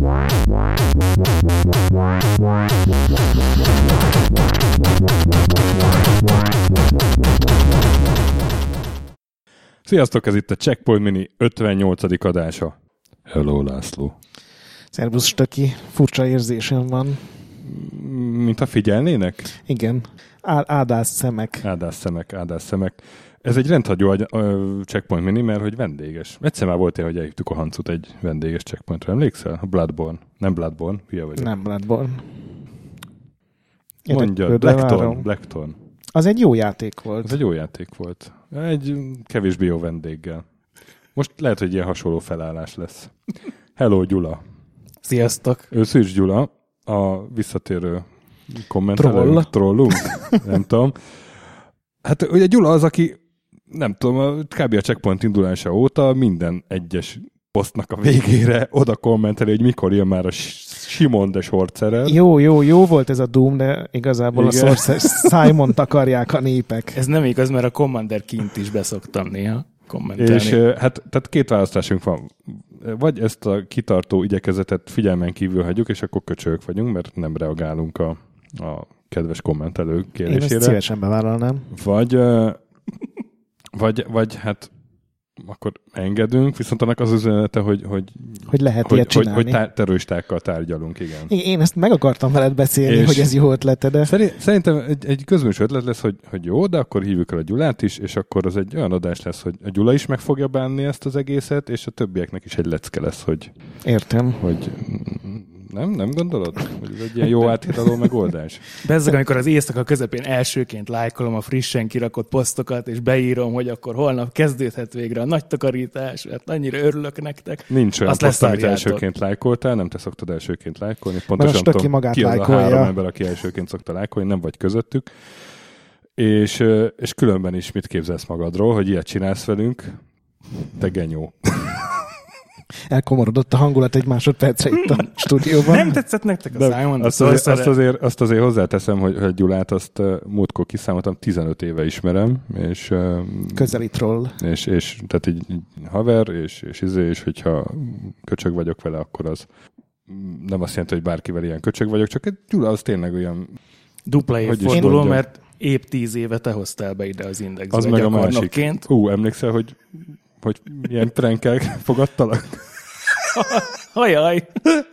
Sziasztok, ez itt a Checkpoint Mini 58. adása. Hello, László. Szervusz, Stöki. Furcsa érzésem van. Mint ha figyelnének? Igen. Áldás szemek. Áldás szemek. Ez egy rendhagyó Checkpoint Mini, mert hogy vendéges. Egyszer már volt hogy elhívtuk a Hancut egy vendéges Checkpointra. Emlékszel? A Bloodborne. Nem Bloodborne. Hülye vagyok. Nem Bloodborne. Mondja, Blackthorn. Az egy jó játék volt. Ez egy jó játék volt. Egy kevésbé jó vendéggel. Most lehet, hogy ilyen hasonló felállás lesz. Hello, Gyula. Sziasztok. Ő Szűcs Gyula, a visszatérő kommentelő. Trollunk? Nem tudom. Hát ugye Gyula az, aki nem tudom, kb. A Checkpoint indulása óta minden egyes posztnak a végére oda kommenteli, hogy mikor jön már a Simon de Sorcerer. Jó volt ez a Doom, de igazából igen. A Simont akarják a népek. Ez nem igaz, mert a Commander kint is beszoktam néha kommentelni. És hát tehát két választásunk van. Vagy ezt a kitartó igyekezetet figyelmen kívül hagyjuk, és akkor köcsögök vagyunk, mert nem reagálunk a kedves kommentelők kérésére. Én ezt szívesen bevállalnám. Vagy hát akkor engedünk, viszont annak az üzenete, hogy lehet ilyet csinálni. Hogy terroristákkal tárgyalunk, igen. Én ezt meg akartam veled beszélni, hogy ez jó ötlete, de... Szerintem egy közös ötlet lesz, hogy jó, de akkor hívjuk el a Gyulát is, és akkor az egy olyan adás lesz, hogy a Gyula is meg fogja bánni ezt az egészet, és a többieknek is egy lecke lesz, hogy... Értem. Hogy... Nem gondolod? Hogy ez egy ilyen jó áthidaló megoldás? Bezzeg, amikor az éjszaka közepén elsőként lájkolom a frissen kirakott posztokat, és beírom, hogy akkor holnap kezdődhet végre a nagy takarítás, mert annyira örülök nektek. Nincs olyan poszt, amit elsőként lájkoltál, nem te szoktad elsőként lájkolni. Pontosan tudom, ki az a 3 ember, aki elsőként szokta lájkolni, nem vagy közöttük. És különben is mit képzelsz magadról, hogy ilyet csinálsz velünk? Te genyó. Elkomorodott a hangulat egy másodpercre itt a stúdióban. Nem tetszett nektek a Simon? Azt azért hozzáteszem, hogy Gyulát azt múltkor kiszámoltam, 15 éve ismerem, és... Közeli troll. És tehát így haver, és hogyha köcsög vagyok vele, akkor az nem azt jelenti, hogy bárkivel ilyen köcsög vagyok, csak egy Gyula az tényleg olyan... Dupla évforduló, mert épp 10 éve te hoztál be ide az Indexbe. Az meg a másik. Emlékszel, hogy milyen prankel fogadtalak? Ajaj!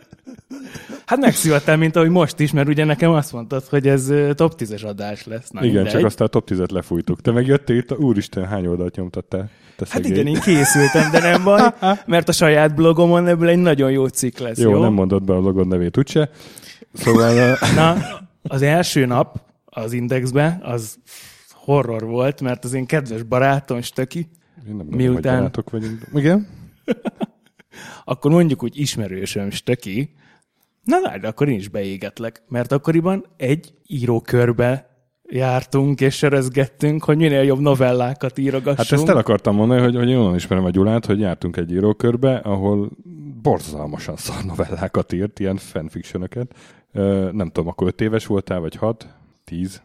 Hát megszívattál, mint ahogy most is, mert ugye nekem azt mondtad, hogy ez top 10-es adás lesz. Na, igen, mindegy. Csak aztán a top 10-et lefújtuk. Te meg jöttél itt, úristen, hány oldalt nyomtattál? Hát igen, én készültem, de nem baj, mert a saját blogomon ebből egy nagyon jó cikk lesz. Jó, nem mondod be a blogod nevét úgyse. Szóval... Na, az első nap az Indexbe, az horror volt, mert az én kedves barátom, Stöki, miután... barátok vagyunk. Igen? Akkor mondjuk úgy ismerősöm, Stöki. Na várj, akkor én is beégetlek, mert akkoriban egy írókörbe jártunk és serezgettünk, hogy minél jobb novellákat írogassunk. Hát ezt el akartam mondani, hogy én onnan ismerem a Gyulát, hogy jártunk egy írókörbe, ahol borzalmasan szar novellákat írt, ilyen fanfictionöket. Nem tudom, akkor 5 éves voltál, vagy 6? 10?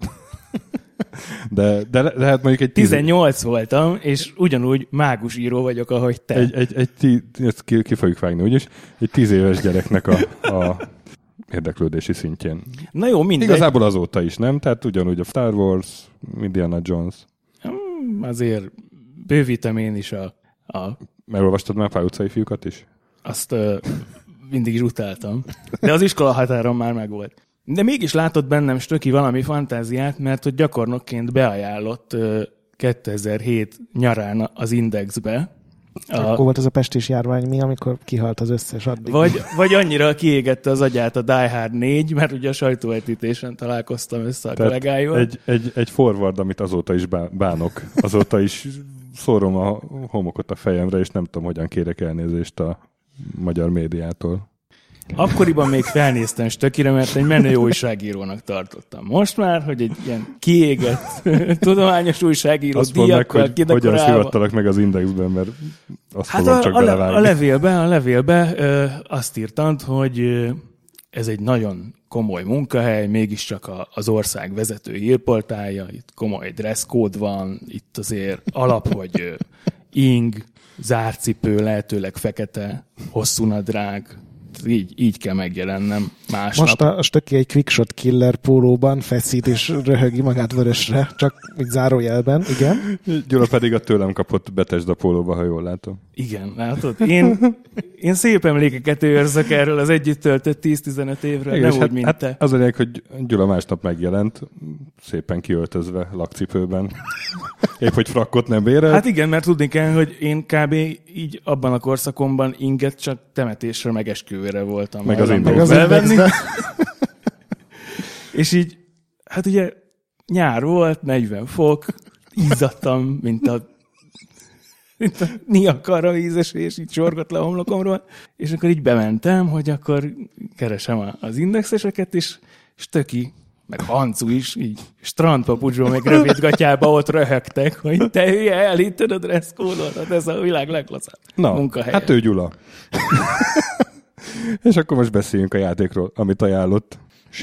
De hát mondjuk egy 18 voltam, és ugyanúgy mágus író vagyok, ahogy te. Ezt ki fogjuk vágni, úgyis egy 10 éves gyereknek a érdeklődési szintjén. Na jó, mindegy. Igazából azóta is, nem? Tehát ugyanúgy a Star Wars, Indiana Jones. Azért bővítem én is a... Elolvastad már Pál utcai fiúkat is? Azt mindig is utáltam. De az iskola határon már megvolt. De mégis látott bennem, Stöki, valami fantáziát, mert hogy gyakornokként beajánlott 2007 nyarán az Indexbe. Akkor volt ez a pestis járvány, amikor kihalt az összes addig. Vagy annyira kiégette az agyát a Die Hard 4, mert ugye a sajtóvetítésen találkoztam össze a kollégáival. Egy forward, amit azóta is bánok. Azóta is szórom a homokot a fejemre, és nem tudom, hogyan kérek elnézést a magyar médiától. Akkoriban még felnéztem Stökire, mert egy menő újságírónak tartottam. Most már, hogy egy ilyen kiégett tudományos újságíró díjakkal kidekorálva. Hogyan szivattalak meg az Indexben, mert azt fogom csak belevágni. A levélbe azt írtad, hogy ez egy nagyon komoly munkahely, mégiscsak az ország vezető hírportálja, itt komoly dresszkód van, itt azért alap, hogy ing, zárcipő, lehetőleg fekete, hosszú nadrág, így kell megjelennem másnap. Most a Stöki egy Quickshot Killer pólóban feszít és röhögi magát vörösre, csak úgy zárójelben, igen. Gyula pedig a tőlem kapott Bethesda pólóba, ha jól látom. Igen, látod? Én szép emlékeket őrzök erről az együtt töltött 10-15 évről, igen, nem úgy, mint te. Az a lényeg, hogy Gyula másnap megjelent, szépen kiöltözve, lakcipőben. Épp, hogy frakkot nem bérelt. Hát igen, mert tudni kell, hogy én kb. Így abban a korszakomban inget csak temetésre, meg esküvőre voltam. Meg az felvenni. És így, hát ugye nyár volt, 40 fok, izzadtam, mint a Niagara vízes, és így csorgott le a homlokomról, és akkor így bementem, hogy akkor keresem az indexeseket, és Stöki, meg Hancu is, így strandpapucsban, meg rövidgatjába ott röhögtek, hogy te hülye, elhitted a dresszkódot, ez a világ leglaszabb munkahelye. Hát ő Gyula. És akkor most beszéljünk a játékról, amit ajánlott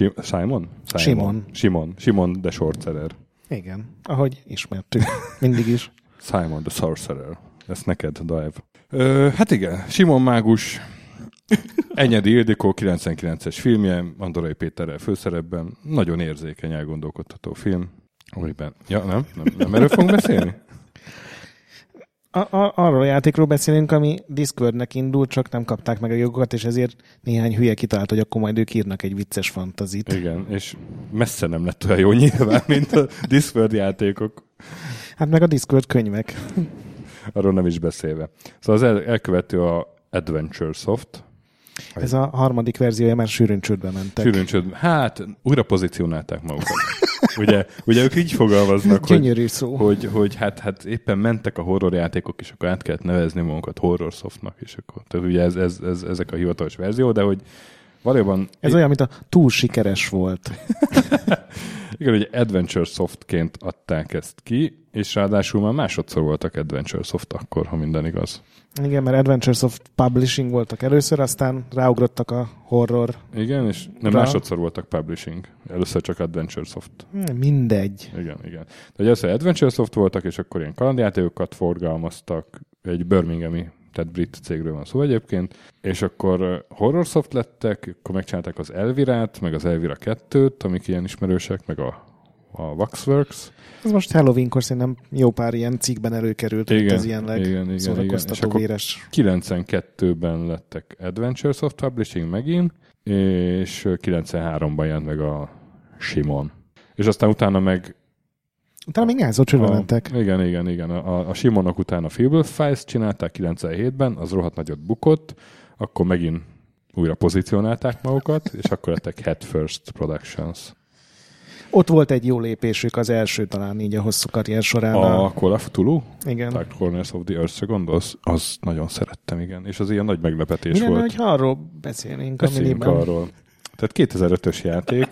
Simon the Sorcerer. Igen, ahogy ismertük, mindig is. Simon the Sorcerer. Ez neked, Dive. Hát igen, Simon mágus, Enyedi Ildikó 99-es filmje, Andorai Péterrel főszerepben, nagyon érzékeny, elgondolkodtató film, amiben... Ja, nem erről fogunk beszélni? Arról a játékról beszélünk, ami Discworldnek indult, csak nem kapták meg a jogokat, és ezért néhány hülye kitalált, hogy akkor majd ők írnak egy vicces fantazit. Igen, és messze nem lett olyan jó nyilván, mint a Discworld játékok. Hát meg a Discworld könyvek. Arról nem is beszélve. Szóval az elkövető a Adventure Soft. Ez a harmadik verziója, már sűrűn csődbe mentek. Hát, újra pozícionálták magukat. ugye ők így fogalmaznak, hogy hát éppen mentek a horror játékok, és akkor át kellett nevezni magukat Horror Softnak, és akkor, tehát ugye ezek a hivatalos verzió, de hogy valójában... Ez olyan, mint a túl sikeres volt. Igen, hogy Adventure Softként adták ezt ki, és ráadásul már másodszor voltak Adventure Soft akkor, ha minden igaz. Igen, mert Adventure Soft Publishing voltak először, aztán ráugrottak a horror. Igen, és nem másodszor voltak Publishing. Először csak Adventure Soft. Mindegy. Igen. De először Adventure Soft voltak, és akkor ilyen kalandjátékokat forgalmaztak, egy birminghami, tehát brit cégről van szó egyébként, és akkor Horror Soft lettek, akkor megcsinálták az Elvirát, meg az Elvira 2-t, amik ilyen ismerősek, meg a Waxworks. Ez most Halloweenkor szerintem jó pár ilyen cikkben előkerült, hogy ez ilyen szórakoztató véres. 92-ben lettek Adventure Soft Publishing megint, és 93-ban jelent meg a Simon. És aztán utána meg utána még nyászó csődbe mentek. Igen. A Simonok után a Fable Files csinálták 97-ben, az rohadt nagyot bukott, akkor megint újra pozícionálták magukat, és akkor lettek Head First Productions. Ott volt egy jó lépésük, az első talán így a hosszú karrier során. A Call of Cthulhu? Igen. Dark Corners of the Earth-re gondolsz? Az nagyon szerettem, igen. És az ilyen nagy meglepetés volt. Hogyha arról beszélnénk. Beszéljünk arról. Tehát 2005-ös játék.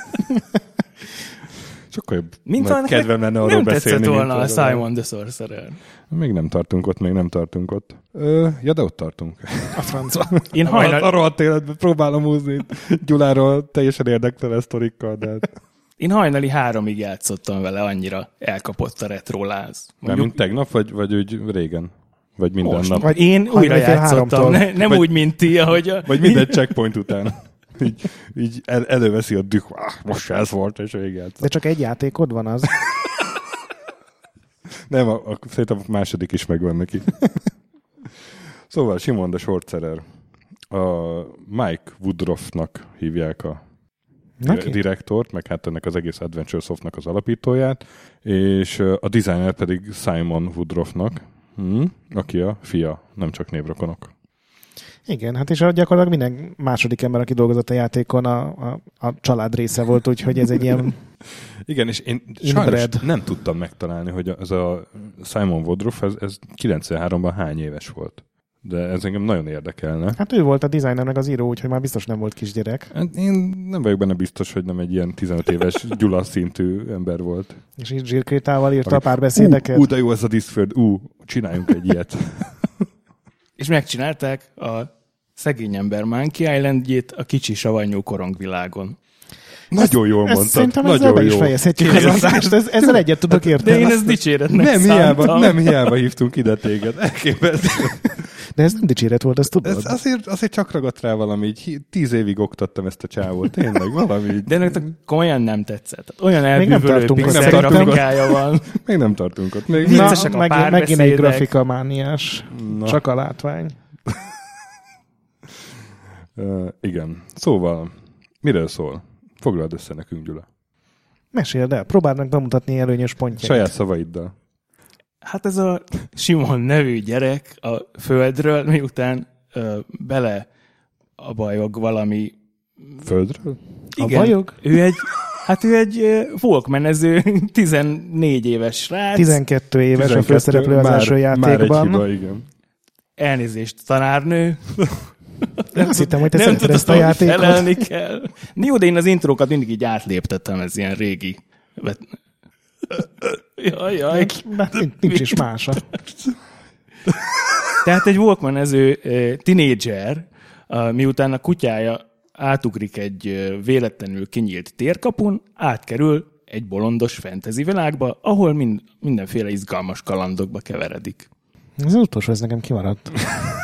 Sokkal jobb kedvem lenne arról beszélni. Nem tetszett volna a Simon the Sorcerer. Még nem tartunk ott. Ja, de ott tartunk. A francba. Én a rohadt életben próbálom húzni Gyuláról teljesen érdektelen sztorikkal, de... Én hajnali 3-ig játszottam vele, annyira elkapott a retroláz. Nem, mint tegnap, vagy úgy régen? Vagy minden most, nap? Vagy én újra játszottam, nem vagy, úgy, mint ti, ahogy... Vagy minden checkpoint után. így előveszi a düh, most ez volt, és végigjátszott. De csak egy játékod van az? Nem, szerintem a második is megvan neki. Szóval Simon the Sorcerer. A Mike Woodruffnak hívják a direktort, meg hát ennek az egész Adventure Softnak az alapítóját, és a designer pedig Simon Woodruffnak, aki a fia, nem csak névrokonok. Igen, hát és gyakorlatilag minden második ember, aki dolgozott a játékon, a család része volt, úgyhogy ez egy ilyen... Igen, és én sajnos nem tudtam megtalálni, hogy ez a Simon Woodruff, ez 93-ban hány éves volt. De ez engem nagyon érdekelne. Hát ő volt a designer meg az író, úgyhogy már biztos nem volt kisgyerek. Hát én nem vagyok benne biztos, hogy nem egy ilyen 15 éves Gyula szintű ember volt. És így zsírkrétával írta a párbeszédeket. De jó ez a Discworld, csináljunk egy ilyet. És megcsinálták a szegény ember Monkey Islandjét a kicsi savanyú korongvilágon. Nagyon jól mondtad. Szerintem ezzel be is fejezhetjük az adást. Ezzel egyet tudok érteni. De én ezt dicséretnek nem hiába hívtunk ide téged. Elképesztő. De ez nem dicséret volt, ezt tudod. Azért csak ragadt rá valami, így 10 évig oktattam ezt a csávót, tényleg, valami így. De ennek komolyan nem tetszett. Olyan elbűvölő pixel grafikája van. Még nem tartunk ott. Még viccesek a párbeszédek. Megint egy grafikamániás. Csak a látvány. Igen. Szóval, miről szól? Foglald össze nekünk, Gyula. Meséld el, próbáld meg bemutatni előnyös pontjait. Saját szavaiddal. Hát ez a Simon nevű gyerek a földről, miután bele a bajog valami... Földről? Igen. A bajog? Ő egy folkmenező 14 éves srác. 12 éves 12, a főszereplő az első játékban. Már egy hiba, igen. Elnézést, tanárnő. Azt hittem, hogy te szereted ezt a játékot. Felelni kell. Jó, de én az intrókat mindig így átléptettem, ez ilyen régi. Jaj. Nincs is mása. Tehát egy walkmanező tinédzser, miután a kutyája átugrik egy véletlenül kinyílt térkapun, átkerül egy bolondos fantasy világba, ahol mindenféle izgalmas kalandokba keveredik. Ez az utolsó, ez nekem kimaradt.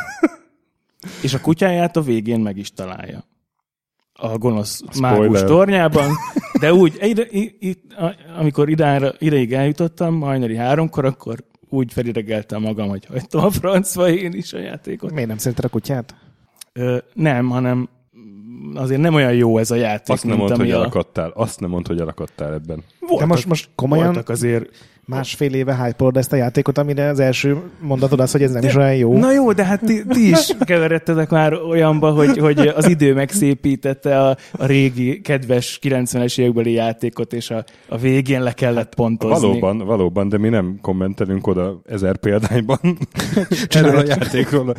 És a kutyáját a végén meg is találja. A gonosz mágus tornyában. De úgy, amikor ideig eljutottam, hajnali 3-kor, akkor úgy feliregeltem magam, hogy hagytam a francba én is a játékot. Miért nem szereted a kutyát? Nem, hanem azért nem olyan jó ez a játék, Azt nem mondd, hogy elakadtál. Azt nem mondd, hogy elakadtál ebben. De most komolyan voltak azért... Másfél éve hype-olod ezt a játékot, amire az első mondatod az, hogy ez nem is olyan jó. Na jó, de hát ti is keveredtetek már olyanba, hogy az idő megszépítette a régi, kedves 90-es évekbeli játékot, és a végén le kellett pontozni. Valóban, de mi nem kommentelünk oda 1000 példányban erről a játékról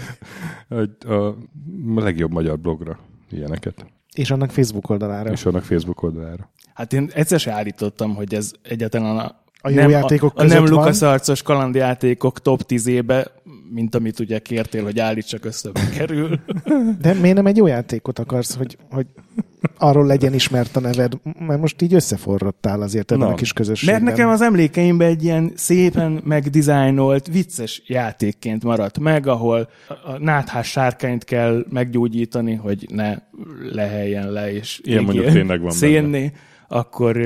a legjobb magyar blogra ilyeneket. És annak Facebook oldalára. Hát én egyszer se állítottam, hogy ez egyáltalán a jó játékok között nem LucasArts-os kalandjátékok top 10-ébe, mint amit ugye kértél, hogy állítsak összebe kerül. De miért nem egy jó játékot akarsz, hogy arról legyen ismert a neved? Mert most így összeforrottál azért ebben a kis közösségben. Mert nekem az emlékeimben egy ilyen szépen megdizájnolt, vicces játékként maradt meg, ahol a náthás sárkányt kell meggyógyítani, hogy ne leheljen le, és ilyen mondjuk tényleg van szénné, akkor...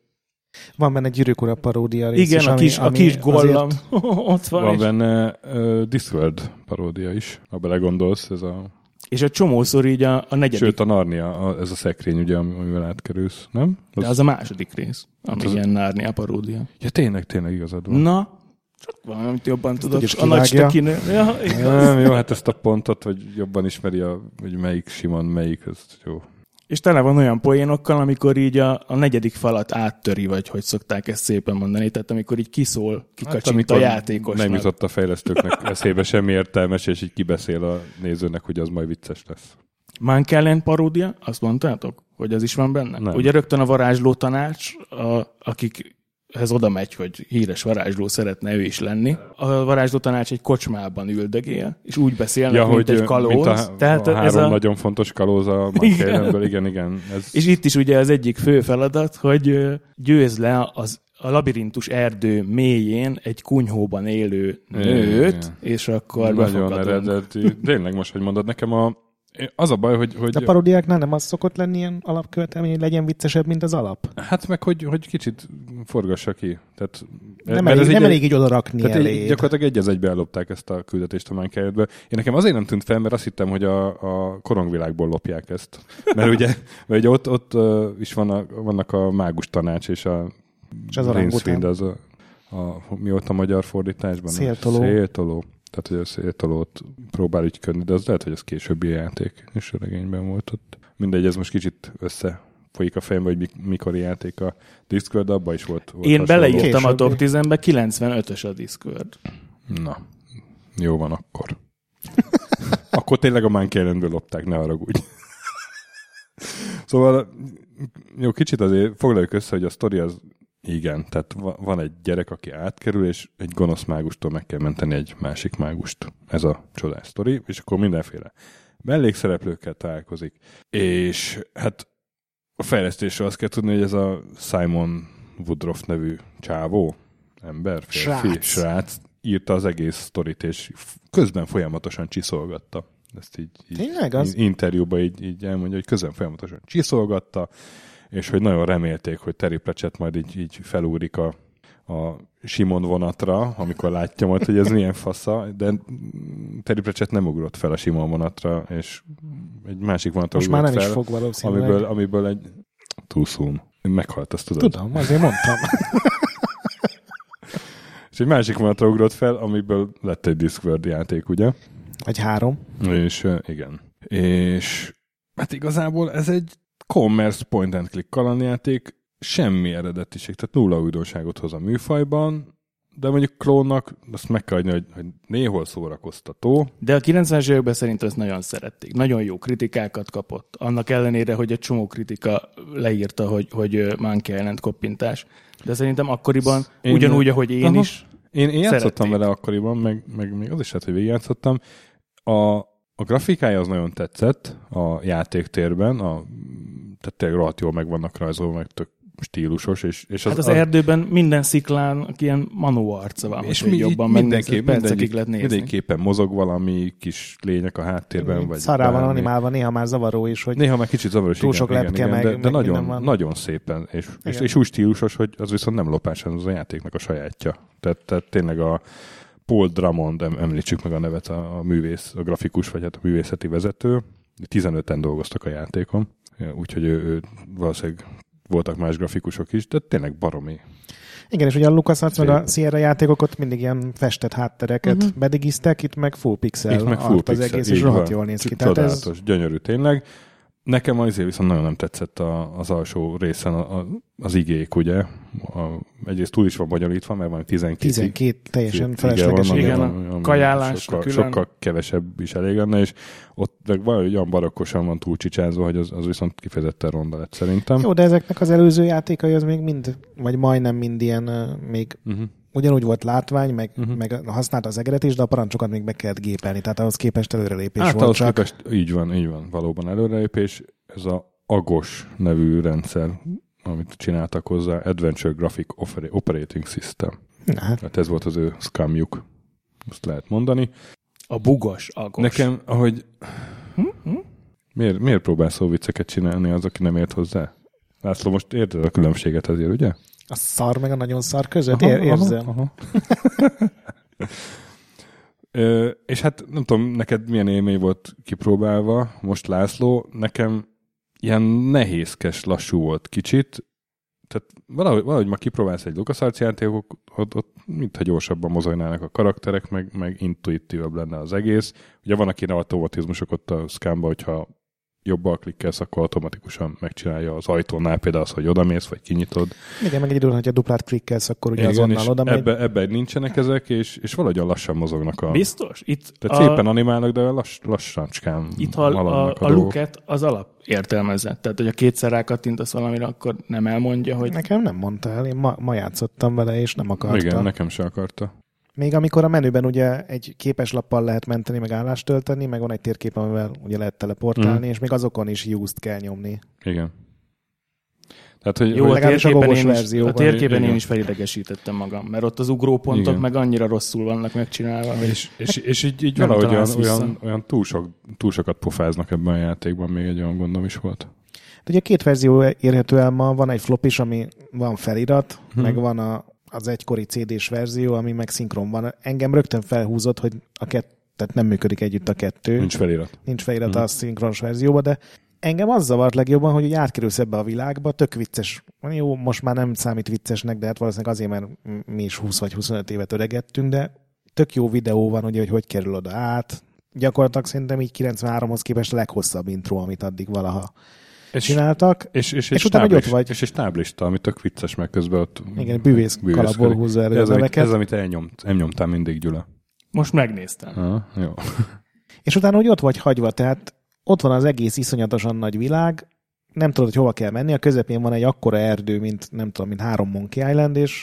Van benne Gyűrűk Ura paródia rész. Igen, a kis gollam. Ott van. Van benne Discworld paródia is, ha belegondolsz. Ez a... És a csomószor így a negyedik... Sőt, a Narnia, ez a szekrény, ugye, amivel átkerülsz, nem? De az a második rész, ami ilyen Narnia paródia. Ja, tényleg igazad van. Na, csak valamit jobban tudod. A nagy stökinő. Ja, jó, hát ezt a pontot, hogy jobban ismeri, hogy melyik Simon, melyik, ez jó. És tele van olyan poénokkal, amikor így a negyedik falat áttöri, vagy hogy szokták ezt szépen mondani. Tehát amikor így kikacsint a játékosnak. Nem jutott a fejlesztőknek eszébe semmi értelmes, és így kibeszél a nézőnek, hogy az majd vicces lesz. Mankellen paródia, azt mondtátok, hogy az is van benne? Nem. Ugye rögtön a varázsló tanács, akikhez oda megy, hogy híres varázsló szeretne ő is lenni. A varázsló tanács egy kocsmában üldögél, és úgy beszélnek, mint egy kalóz. Mint a három nagyon fontos kalóz a Mankellenből, igen. És itt is ugye az egyik fő feladat, hogy győzd le a labirintus erdő mélyén egy kunyhóban élő nőt, és akkor nagyon eredeti. Tényleg most, hogy mondod nekem az a baj, hogy... A paródiáknál nem az szokott lenni ilyen alapkövetelmény, hogy legyen viccesebb, mint az alap? Hát meg, hogy kicsit forgassa ki. Tehát, nem elég így odarakni elé. Gyakorlatilag egy az egybe ellopták ezt a küldetést a Mankellenből. Én nekem azért nem tűnt fel, mert azt hittem, hogy a korongvilágból lopják ezt. Mert ugye ott is vannak a mágus tanács és a Rincewind, mi volt a magyar fordításban? Széltoló. Tehát, hogy a széltolót próbál ügyködni, de az lehet, hogy ez későbbi játék, és a regényben volt ott. Mindegy, ez most kicsit összefolyik a fejembe, hogy mikori játék a Discworld, abban is volt én beleírtam a top 10-be, 95-ös a Discworld. Na, jó van akkor. Akkor tényleg a Mankellenből lopták, ne haragudj. Szóval, jó, kicsit azért foglaljuk össze, hogy a sztori az igen, tehát van egy gyerek, aki átkerül, és egy gonosz mágustól meg kell menteni egy másik mágust. Ez a csodás sztori, és akkor mindenféle mellékszereplőkkel találkozik. És hát A fejlesztésről azt kell tudni, hogy ez a Simon Woodruff nevű csávó, ember, férfi, srác írta az egész sztorit, és közben folyamatosan csiszolgatta. Ezt így interjúban így elmondja, hogy közben folyamatosan csiszolgatta, és hogy nagyon remélték, hogy Terry Pratchett majd így felúrik a Simon vonatra, amikor látja majd, hogy ez milyen fasza, de Terry Pratchett nem ugrott fel a Simon vonatra, és egy másik vonatra most ugrott már nem fel, is fog valószínűleg. amiből egy too soon. Meghalt, azt tudod? Tudom, azért mondtam. És egy másik vonatra ugrott fel, amiből lett egy Discworld játék, ugye? Vagy 3. És igen. És hát igazából ez egy commerce point and click kalandjáték, semmi eredetiség, tehát nulla újdonságot hoz a műfajban, de mondjuk Klónnak azt meg kell adni, hogy néhol szórakoztató. De a 90-es években szerintem ezt nagyon szerették. Nagyon jó kritikákat kapott. Annak ellenére, hogy egy csomó kritika leírta, hogy Monkey Island koppintás. De szerintem akkoriban ugyanúgy, ahogy én is Én játszottam vele akkoriban, meg még az is lehet, hogy végigjátszottam. A grafikája az nagyon tetszett a játéktérben, tehát tényleg rohadt jól meg vannak rajzolva, meg tök stílusos. És az erdőben minden sziklán ilyen manó arca van, és jobban mindenképpen mozog valami kis lények a háttérben. Vagy szarrá van animálva, néha már zavaró is, hogy néha már kicsit zavaros, túl sok lepke, igen, de nagyon szépen, és úgy stílusos, hogy az viszont nem lopás, az a játéknak a sajátja. Tehát tényleg a Paul Drummond, említsük meg a nevet, a grafikus, vagy hát a művészeti vezető. 15-en dolgoztak a játékon, úgyhogy ő valószínűleg voltak más grafikusok is, de tényleg baromi. Igen, és ugye a LucasArts meg a Sierra játékokat mindig ilyen festett háttereket bedigiztek, itt meg full pixel art az egész, és rohadt jól néz ki. Csodálatos, gyönyörű tényleg. Nekem azért viszont nagyon nem tetszett az alsó részen az igék, ugye? Egyrészt túl is van bonyolítva, mert van 12 teljesen felesleges. Igen, a kajálás sokkal kevesebb is elég lenne, és ott valahogy olyan barokkosan van túl csicsázva, hogy az viszont kifejezetten ronda lett szerintem. Jó, de ezeknek az előző játékai az még mind, vagy majdnem mind ilyen még ugyanúgy volt látvány, meg használta az egeret is, de a parancsokat még be kellett gépelni, tehát ahhoz képest előrelépés volt csak. Képest, így van, valóban előrelépés. Ez a AGOS nevű rendszer, amit csináltak hozzá, Adventure Graphic Operating System. Hát ez volt az ő scamjuk, azt lehet mondani. A bugos AGOS. Nekem, ahogy... Miért próbálsz szóvicceket csinálni az, aki nem ért hozzá? László, most érted a különbséget ezért, ugye? A szar meg a nagyon szar között? Érzem. Aha. És hát nem tudom, neked milyen élmény volt kipróbálva most, László. Nekem ilyen nehézkes, lassú volt kicsit. Tehát valahogy ma kipróbálsz egy LucasArts játékot, ott mintha gyorsabban mozognának a karakterek, meg intuitívabb lenne az egész. Ugye van, aki automatizmusok ott a Scamba, hogyha jobbal klikkelsz, akkor automatikusan megcsinálja az ajtónál például az, hogy odamész, vagy kinyitod. Igen, meg egy időn, hogyha duplát klikkelsz, akkor ugye azonnal oda megy. Ebben nincsenek ezek, és valahogyan lassan mozognak. Biztos? Tehát szépen animálnak, de lassancskán itt a Luke-et az alap értelmezett. Tehát, hogy a kétszer rákattintasz valamire, akkor nem elmondja, hogy... Nekem nem mondta el, én ma játszottam vele, és nem akarta. Igen, nekem se akarta. Még amikor a menüben ugye egy képeslappal lehet menteni, meg állást tölteni, meg van egy térkép, amivel ugye lehet teleportálni, és még azokon is use-t kell nyomni. Igen. Tehát, hogy jó, a térképen én is felidegesítettem magam, mert ott az ugrópontok meg annyira rosszul vannak megcsinálva. És így valahogy olyan túl sokat pofáznak ebben a játékban, még egy olyan gondom is volt. De ugye 2 verzió érhető el ma, van egy flop is, ami van felirat, meg van az egykori CD-s verzió, ami meg szinkron van. Engem rögtön felhúzott, hogy tehát nem működik együtt a kettő. Nincs felirat a szinkronos verzióban, de engem az zavart legjobban, hogy átkerülsz ebbe a világba, tök vicces. Jó, most már nem számít viccesnek, de hát valószínűleg azért, mert mi is 20 vagy 25 évet öregettünk, de tök jó videó van, ugye, hogy kerül oda át. Gyakorlatilag szerintem így 93-hoz képest a leghosszabb intro, amit addig valaha csináltak. És utána, hogy ott vagy. És egy táblista, ami tök vicces, meg közben ott... Igen, bűvész kalapból húzza elő a neveket. Ez, amit elnyomtál mindig, Gyula. Most megnéztem. Jó. És utána, hogy ott vagy hagyva, tehát ott van az egész iszonyatosan nagy világ, nem tudod, hogy hova kell menni, a közepén van egy akkora erdő, mint 3 Monkey Island, és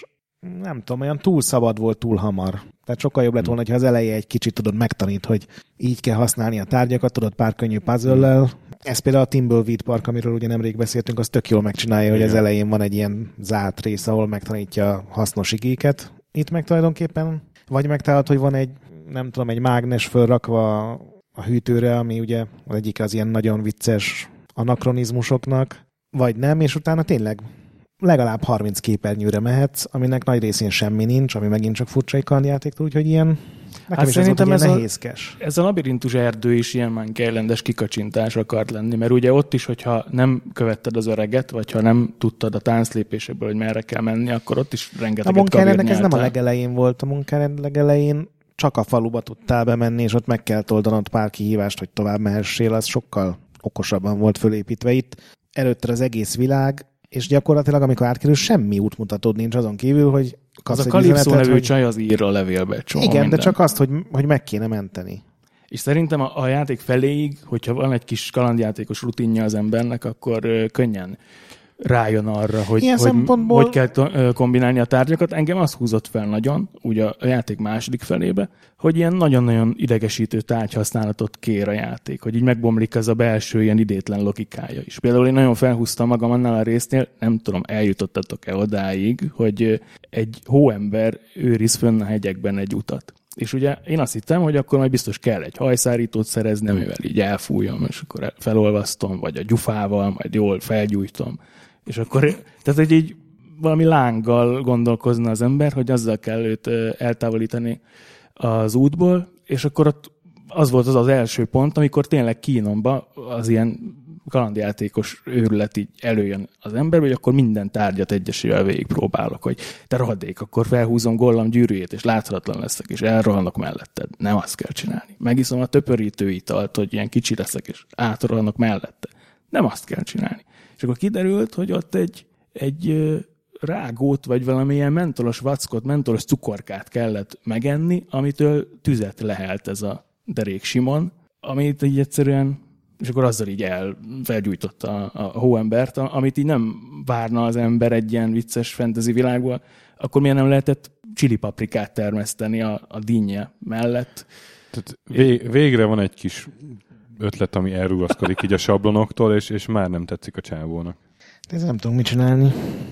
nem tudom, olyan túl szabad volt, túl hamar. Tehát sokkal jobb lett volna, ha az eleje egy kicsit tudod megtanít, hogy így kell használni a tárgyakat, tudod pár könnyű puzzle-lel. Ez például a Thimbleweed Park, amiről ugye nemrég beszéltünk, az tök jól megcsinálja, hogy az elején van egy ilyen zárt rész, ahol megtanítja a hasznos igéket. Itt meg tulajdonképpen vagy megtalálod, hogy van egy, nem tudom, egy mágnes fölrakva a hűtőre, ami ugye az egyik az ilyen nagyon vicces anakronizmusoknak, vagy nem, és utána tényleg legalább 30 képernyőre mehetsz, aminek nagy részén semmi nincs, ami megint csak furcsa egy kalandjátéktól, úgyhogy ilyen nekem is szerintem ez nehézkes. Ez a labirintus erdő is ilyen Monkey-Islandes kikacsintás akart lenni, mert ugye ott is, hogyha nem követted az öreget, vagy ha nem tudtad a tánclépésekből, hogy merre kell menni, akkor ott is rengeteget Monkey-Islandnek ez nem a legelején volt. A Monkey-Island legelején csak a faluba tudtál bemenni, és ott meg kell oldanod pár kihívást, hogy tovább mehessél, az sokkal okosabban volt fölépítve itt. Előtte az egész világ, és gyakorlatilag, amikor átkerül, semmi útmutatód nincs azon kívül, hogy kapsz az a Kalipszó nevű csaj az ír a levélbe csomó igen, minden. De csak azt, hogy meg kéne menteni. És szerintem a játék feléig, hogyha van egy kis kalandjátékos rutinja az embernek, akkor könnyen rájön arra, hogy kell kombinálni a tárgyakat. Engem az húzott fel nagyon, ugye a játék második felébe, hogy ilyen nagyon-nagyon idegesítő tárgyhasználatot kér a játék, hogy így megbomlik ez a belső ilyen idétlen logikája is. Például én nagyon felhúztam magam annál a résznél, nem tudom, eljutottatok-e odáig, hogy egy hóember őriz fönn a hegyekben egy utat. És ugye én azt hittem, hogy akkor majd biztos kell egy hajszárítót szerezni, amivel így elfújom, és akkor felolvasztom, vagy a gyufával, majd jól felgyújtom. És akkor, tehát hogy így valami lánggal gondolkozna az ember, hogy azzal kell őt eltávolítani az útból, és akkor ott az volt az első pont, amikor tényleg kínomba az ilyen kalandjátékos őrület így előjön az ember, hogy akkor minden tárgyat egyesével végigpróbálok, hogy te rohadék, akkor felhúzom Gollam gyűrűjét, és láthatatlan leszek, és elrohanok melletted. Nem azt kell csinálni. Megiszom a töpörítő italt, hogy ilyen kicsi leszek, és átrohanok mellette. Nem azt kell csinálni. És akkor kiderült, hogy ott egy rágót, vagy valamilyen mentolos vackot, mentolos cukorkát kellett megenni, amitől tüzet lehelt ez a derék Simon, amit így egyszerűen, és akkor azzal így felgyújtotta a hóembert, amit így nem várna az ember egy ilyen vicces fantasy világból, akkor miért nem lehetett csilipaprikát termeszteni a dinnye mellett? Tehát végre van egy kis ötlet, ami elrugaszkodik így a sablonoktól, és már nem tetszik a csávónak. Ez nem tudom mit csinálni.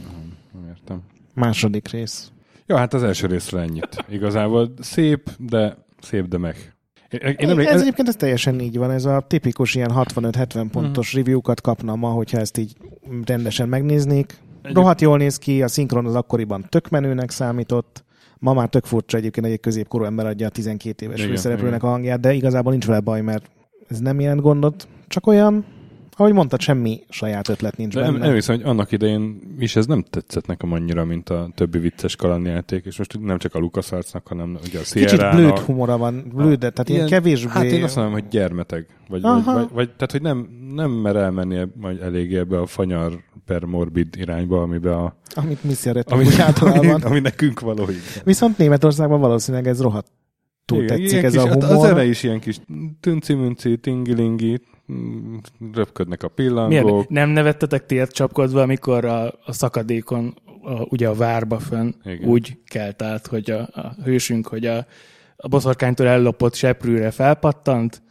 Nem értem. Második rész. Ja, hát az első részre ennyit. Igazából szép, de meg. Egyébként ez teljesen így van. Ez a tipikus ilyen 65-70 pontos review-kat kapna ma, hogyha ezt így rendesen megnéznék. Rohadt jól néz ki, a szinkron az akkoriban tök menőnek számított. Ma már tök furcsa egyébként, egy középkorú ember adja a 12 éves főszereplőnek a hangját, de igazából nincs vele baj, mert ez nem jelent gondot. Csak olyan, ahogy mondtad, semmi saját ötlet nincs benne. Nem hiszem, hogy annak idején is ez nem tetszett nekem annyira, mint a többi vicces kalandjáték, és most nem csak a LucasArtsnak, hanem ugye a Sierra-nak. Kicsit blőd humora van, blőd, tehát ilyen kevésbé... Hát én azt mondom, hogy gyermeteg. Vagy tehát, hogy nem mer elmenni majd eléggé ebbe a fanyar per morbid irányba, amiben a... Amit mi szeretünk általában. Ami nekünk való. Viszont Németországban valószínűleg ez rohadt túl tetszik ez a humor. Az zene is ilyen kis tünci-münci, tingilingi, röpködnek a pillangók. Nem nevettetek tért csapkodva, amikor a szakadékon, ugye a várba fönn úgy kelt át, hogy a hősünk, hogy a boszorkánytól ellopott seprűre felpattant,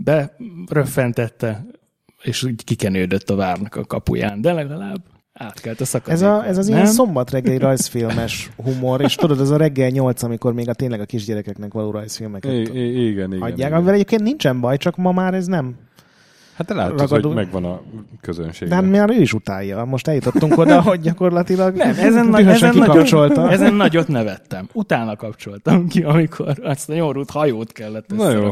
beröffentette, és úgy kikenődött a várnak a kapuján, de legalább átkelt a szakadékon. Ez az ilyen szombatreggeli rajzfilmes humor, és tudod, ez a reggel 8, amikor még tényleg a kisgyerekeknek való rajzfilmeket igen, adják. Amivel egyébként nincsen baj, csak ma már ez nem. Hát te látod, hogy megvan a közönség. De már ő is utálja. Most eljutottunk oda, hogy gyakorlatilag nem, ezen nagyot nevettem. Utána kapcsoltam ki, amikor azt a nyomorult hajót kellett Na jó.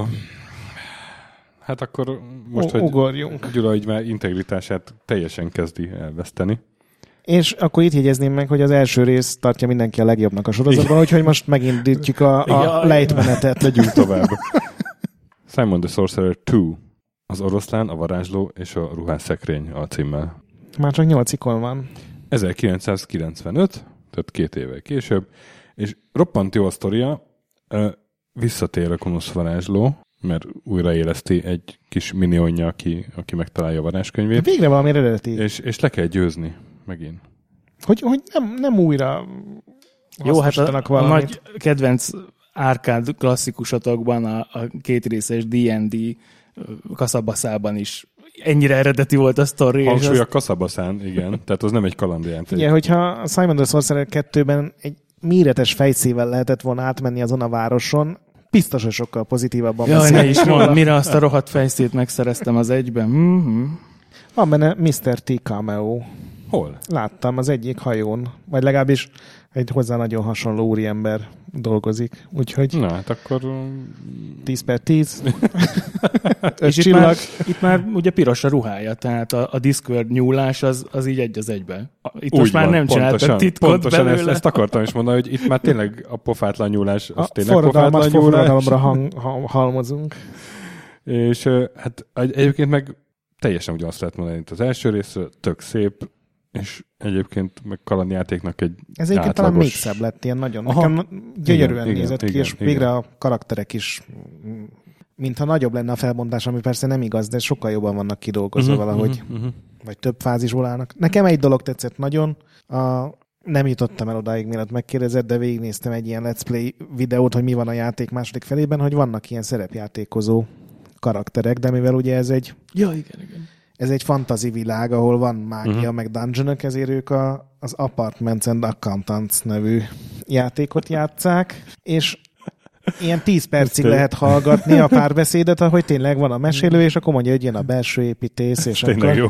Hát akkor most, hogy ugorjunk. Gyula így már integritását teljesen kezdi elveszteni. És akkor itt jegyezném meg, hogy az első rész tartja mindenki a legjobbnak a sorozatban, úgyhogy most megindítjuk a lejtmenetet. Legyünk tovább. Simon the Sorcerer 2. Az oroszlán, a varázsló és a ruhásszekrény alcímmel. Már csak 8 ikon van. 1995, tehát 2 évvel később, és roppant jó a sztoria, visszatér a gonosz varázsló, mert újraéleszti egy kis minionja, aki megtalálja a varázskönyvét. Végre valami eredeti. És le kell győzni megint. Hogy nem újra... Jó, hát a nagy kedvenc árkád klasszikusatokban, a kétrészes D&D kaszabaszában is ennyire eredeti volt a sztori. Hangsúly a kaszabaszán, igen. Tehát az nem egy kalandjáték. Igen, hogyha a Simon the Sorcerer 2-ben egy méretes fejszével lehetett volna átmenni azon a városon, biztos, hogy sokkal pozitívabban beszél. Jaj, ne is mondd, mire azt a rohadt fejszét megszereztem az egyben. Van benne Mr. T cameo. Hol? Láttam az egyik hajón, vagy legalábbis egy hozzá nagyon hasonló úriember dolgozik, úgyhogy... Na, hát akkor... 10/10. És itt már ugye piros a ruhája, tehát a Discord nyúlás az így egy az egyben. Itt úgy most már nem csináltak titkot pontosan belőle. Ezt akartam is mondani, hogy itt már tényleg a pofátlan nyúlás, az tényleg pofátlan nyúlás. Forradalomra halmozunk. És hát egyébként meg teljesen ugyanazt lehet mondani, mint az első részről, tök szép, és egyébként meg kalandjátéknak egy ez egyébként talán még szebb lett, ilyen nagyon. Nekem gyönyörűen nézett ki, és végre a karakterek is, mintha nagyobb lenne a felbontás, ami persze nem igaz, de sokkal jobban vannak kidolgozva valahogy, vagy több fázisból állnak. Nekem egy dolog tetszett nagyon, nem jutottam el odáig, mielőtt megkérdezett, de végignéztem egy ilyen Let's Play videót, hogy mi van a játék második felében, hogy vannak ilyen szerepjátékozó karakterek, de mivel ugye ez egy... Ja, igen. Ez egy fantasy világ, ahol van mágia, meg dungeonok, ezért ők az Apartments and Accountants nevű játékot játsszák, és ilyen 10 percig lehet hallgatni a párbeszédet, ahogy tényleg van a mesélő, és akkor mondja, hogy jön a belső építész, és tényleg akkor... jó.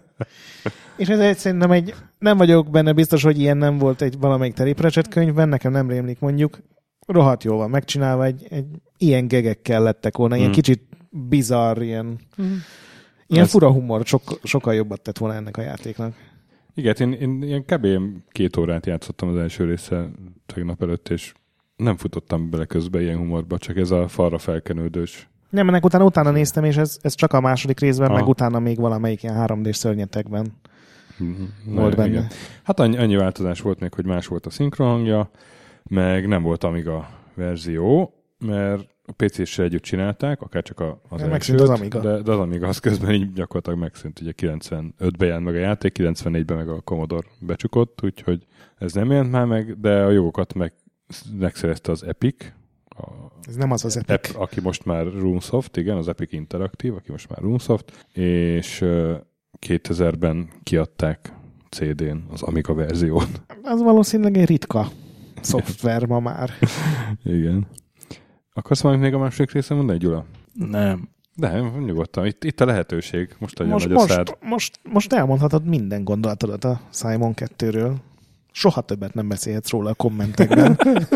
És ez szerintem nem vagyok benne biztos, hogy ilyen nem volt egy valamelyik Terry Pratchett könyvben, nekem nem rémlik mondjuk, rohadt jól van megcsinálva, egy ilyen gegekkel lettek volna, ilyen kicsit bizarr, ilyen fura humor, sokkal jobbat tett volna ennek a játéknak. Igen, én ilyen kb. 2 órát játszottam az első része tegnap előtt, és nem futottam bele közben ilyen humorba, csak ez a falra felkenődős. Nem, ennek utána néztem, és ez csak a második részben, meg utána még valamelyik ilyen 3D-s szörnyetekben volt benne. Igen. Hát annyi változás volt még, hogy más volt a szinkronhangja, meg nem volt Amiga verzió, mert a PC-sel együtt csinálták, akár csak az elsőt, az Amiga. De az Amiga az közben így gyakorlatilag megszűnt. Ugye 95-ben jelent meg a játék, 94-ben meg a Commodore becsukott, úgyhogy ez nem jelent már meg, de a jogokat megszerezte az Epic. Ez nem az Epic. Aki most már RuneSoft, igen, az Epic Interactive, aki most már RuneSoft, és 2000-ben kiadták CD-n az Amiga verziót. Az valószínűleg egy ritka szoftver ma már. Igen. Akarsz valamit még a második részen mondani, Gyula? Nem. De nyugodtan. Itt a lehetőség. Most adja nagy a szád. Most elmondhatod minden gondolatodat a Simon 2-ről. Soha többet nem beszélhetsz róla a kommentekben.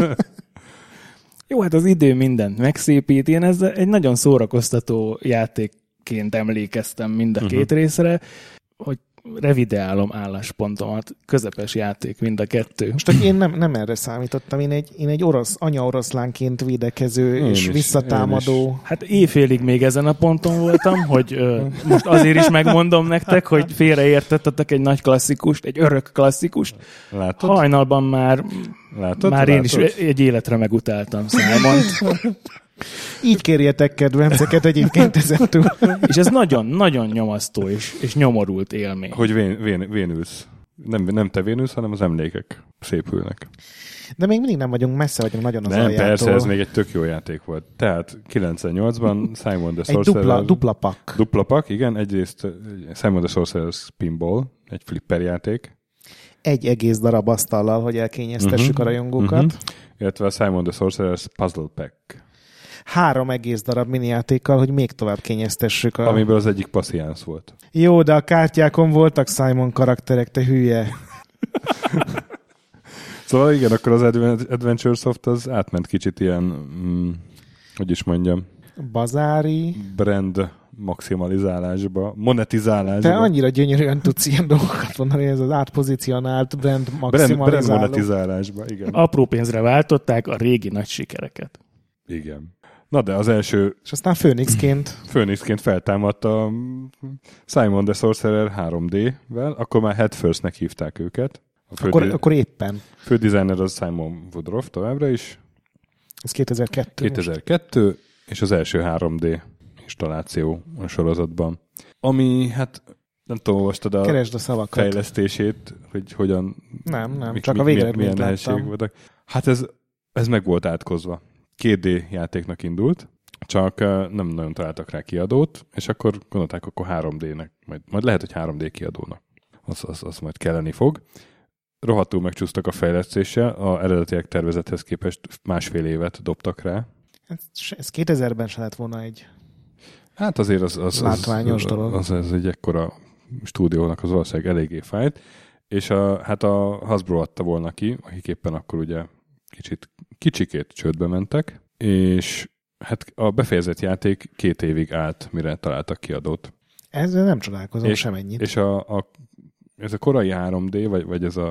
Jó, hát az idő mindent megszépít. Én ez egy nagyon szórakoztató játékként emlékeztem mind a két részre, hogy revideálom álláspontomat. Közepes játék mind a kettő. Most én nem erre számítottam. Én egy anya-oroszlánként védekező és visszatámadó. Hát éjfélig még ezen a ponton voltam, hogy most azért is megmondom nektek, hogy félreértettetek egy nagy klasszikust, egy örök klasszikust. Látod? Hajnalban már én is egy életre megutáltam Simont. Így kérjetek kedvenceket egyébként ezentúl. És ez nagyon-nagyon nyomasztó és nyomorult élmény. Hogy vénülsz. Nem te vénülsz, hanem az emlékek szépülnek. De még mindig nem vagyunk messze, vagyunk nagyon az aljától. Nem, persze, ez még egy tök jó játék volt. Tehát 98-ban Simon the Sorcerer... Egy dupla pak. Dupla pak, igen. Egyrészt Simon the Sorcerer Pinball, egy flipper játék. Egy egész darab asztallal, hogy elkényeztessük a rajongókat. Illetve a Simon the Sorcerer's Puzzle Pack. 3 egész darab minijátékkal, hogy még tovább kényeztessük. Amiből az egyik passziánsz volt. Jó, de a kártyákon voltak Simon karakterek, te hülye. Szóval igen, akkor az Adventure Soft az átment kicsit ilyen, hogy is mondjam, bazári, brand maximalizálásba, monetizálásba. Te annyira gyönyörűen tudsz ilyen dolgokat mondani, ez az átpozícionált brand maximalizáló. Brand monetizálásba, igen. Apró pénzre váltották a régi nagy sikereket. Igen. Na de az első... És aztán Főnixként feltámadta Simon the Sorcerer 3D-vel, akkor már Head First-nek hívták őket. Akkor éppen. Fődesigner az Simon Woodruff továbbra is. Ez 2002. 2002, és az első 3D installáció a sorozatban. Ami, hát nem tudom, olvastad a szavakat. Fejlesztését, hogy hogyan... Nem, csak a végeredményt milyen nehézségek voltak. Hát ez meg volt átkozva. 2D játéknak indult, csak nem nagyon találtak rá kiadót, és akkor gondolták, akkor 3D-nek, majd lehet, hogy 3D kiadónak. Az majd kelleni fog. Rohadtul megcsúsztak a fejlesztéssel, a eredetileg tervezethez képest 1,5 évet dobtak rá. Ez 2000-ben se lett volna egy hát azért az látványos dolog. Az egy ekkora stúdiónak az valószínűleg eléggé fájt, és a Hasbro adta volna ki, akik éppen akkor ugye kicsikét csődbe mentek, és hát a befejezett játék 2 évig állt, mire találtak kiadót. Ezzel nem csodálkozom semennyit. És ez a korai 3D, vagy ez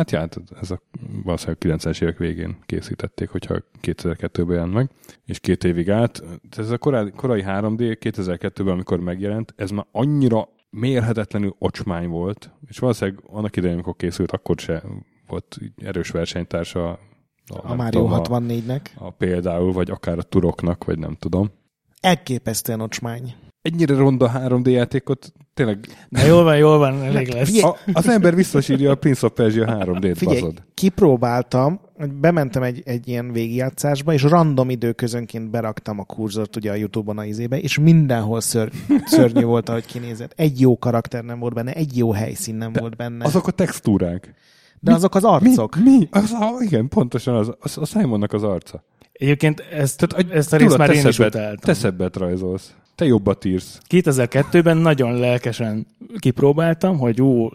ez a valószínűleg 90-es évek végén készítették, hogyha 2002-ben jelent meg, és 2 évig állt. Ez a korai 3D 2002-ben, amikor megjelent, ez már annyira mérhetetlenül ocsmány volt, és valószínűleg annak idején, amikor készült, akkor se volt erős versenytársa a Mario 64-nek. Például, vagy akár a Turoknak, vagy nem tudom. Elképesztően ocsmány. Ennyire ronda 3D játékot tényleg... Na jól van, elég lesz. Az ember visszasírja a Prince of Persia 3D-t, bazod. Kipróbáltam, hogy bementem egy ilyen végigjátszásba, és random időközönként beraktam a kurzort ugye a YouTube-on a izébe, és mindenhol szörnyű volt, ahogy kinézett. Egy jó karakter nem volt benne, egy jó helyszín nem volt benne. Azok a textúrák. De azok az arcok. Mi? Igen, pontosan a Simonnak az arca. Egyébként ezt a részt már én is utáltam. Te szebbet rajzolsz. Te jobbat írsz. 2002-ben nagyon lelkesen kipróbáltam, hogy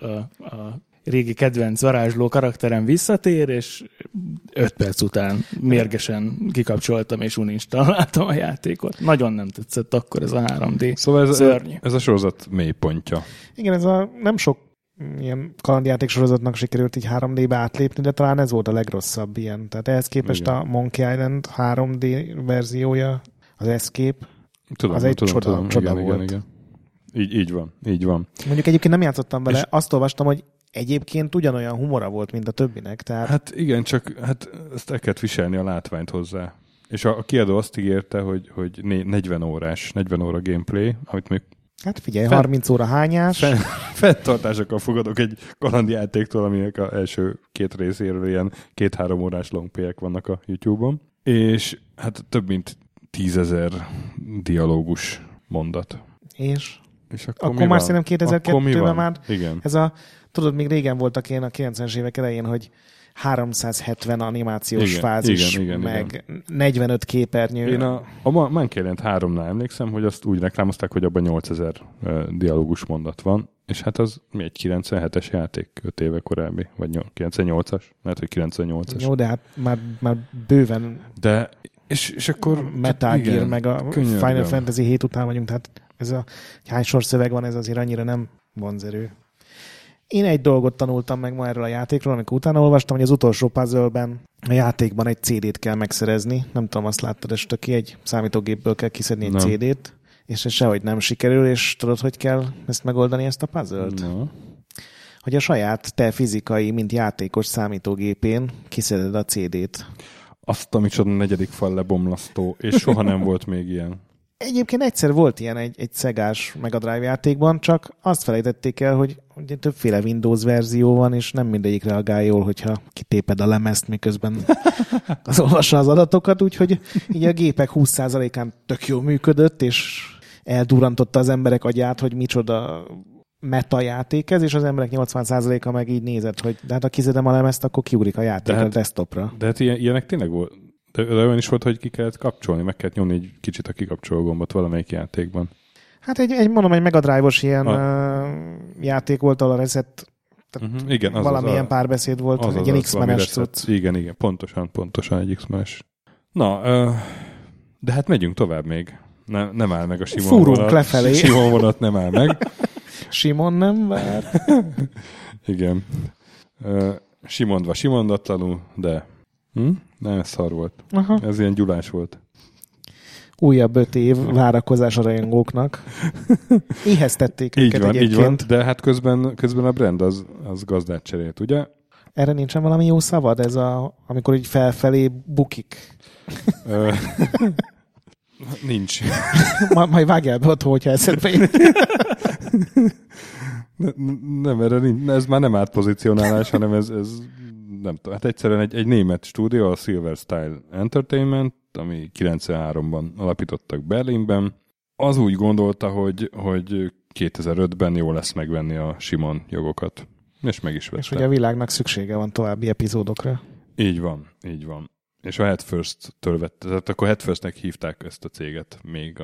a régi kedvenc varázsló karakterem visszatér, és 5 perc után mérgesen kikapcsoltam és uninstaláltam a játékot. Nagyon nem tetszett akkor ez a 3D. Szóval szörnyű. Ez a sorozat mélypontja. Igen, nem sok ilyen kalandjáték sorozatnak sikerült így 3D-be átlépni, de talán ez volt a legrosszabb ilyen. Tehát ehhez képest igen. A Monkey Island 3D verziója, az Escape, az egy csoda volt. Igen. Így van. Mondjuk egyébként nem játszottam vele, és azt olvastam, hogy egyébként ugyanolyan humora volt, mint a többinek. Tehát... Hát igen, csak ezt el kellett viselni a látványt hozzá. És a kiadó azt ígérte, hogy 40 óra gameplay, amit még hát figyelj, 30 óra hányás. Fenntartásokkal fogadok egy kalandjátéktól, aminek az első 2 részéről ilyen 2-3 órás longplayek vannak a YouTube-on. És hát több mint 10 000 dialógus mondat. És akkor már szerintem 2002-ben már igen. Ez tudod, még régen voltak ilyen a 90-es évek elején, hogy 370 animációs fázis, meg 45 képernyő. Én a Monkey Island 3-nál emlékszem, hogy azt úgy reklámozták, hogy abban 8000 dialógus mondat van, és hát az egy 97-es játék, 5 éve korábbi, vagy 98-as, lehet, hogy 98-as. Jó, de hát már bőven de és akkor Metal Gear, meg a Final Fantasy 7 után vagyunk, tehát ez hány sorszöveg van, ez azért annyira nem vonzerő. Én egy dolgot tanultam meg ma erről a játékról, amikor utána olvastam, hogy az utolsó puzzle-ben a játékban egy CD-t kell megszerezni. Nem tudom, azt láttad, és ki egy számítógépből kell kiszedni egy CD-t, és ez sehogy nem sikerül, és tudod, hogy kell ezt megoldani, ezt a puzzle-t? No. Hogy a saját te fizikai, mint játékos számítógépén kiszeded a CD-t. Azt a micsoda 4. fal lebomlasztó, és soha nem volt még ilyen. Egyébként egyszer volt ilyen egy Szegás Mega Drive játékban, csak azt felejtették el, hogy többféle Windows verzió van, és nem mindegyik reagál jól, hogyha kitéped a lemezt, miközben az olvassa az adatokat, úgyhogy így a gépek 20%-án tök jól működött, és eldurrantotta az emberek agyát, hogy micsoda meta játék ez, és az emberek 80%-a meg így nézett, hogy de hát ha kizedem a lemezt, akkor kiugrik a játék a desktopra. De hát ilyenek tényleg volt. De olyan is volt, hogy ki kellett kapcsolni, meg kellett nyomni egy kicsit a kikapcsoló gombot valamelyik játékban. Hát egy Mega Drive-os ilyen játék volt, ahol a reset, igen, valamilyen párbeszéd volt, egy ilyen X-menes cucc. Igen, pontosan egy X-menes. Na, de hát megyünk tovább még. Nem áll meg a Simon Fúrunk vonat. lefelé. Simon vonat nem áll meg. Simon nem vár. Igen. Simondatlanul, de nem, ez szar volt. Aha. Ez ilyen gyulás volt. Újabb 5 év várakozás a rajongóknak. Éheztették őket egyébként. Így van, de hát közben a brand az gazdát cserélt, ugye? Erre nincsen valami jó szavad? Ez amikor így felfelé bukik. Nincs. Majd vágjál be otthon, hogyha eszedbe jön. Nem, erre nincs. Ez már nem átpozicionálás, hanem ez nem tudom, hát egyszerűen egy német stúdió, a Silver Style Entertainment, ami 93-ban alapítottak Berlinben. Az úgy gondolta, hogy 2005-ben jó lesz megvenni a Simon jogokat. És meg is vette. És hogy a világnak szüksége van további epizódokra. Így van. És a Headfirst-től vette, tehát akkor Headfirstnek hívták ezt a céget még,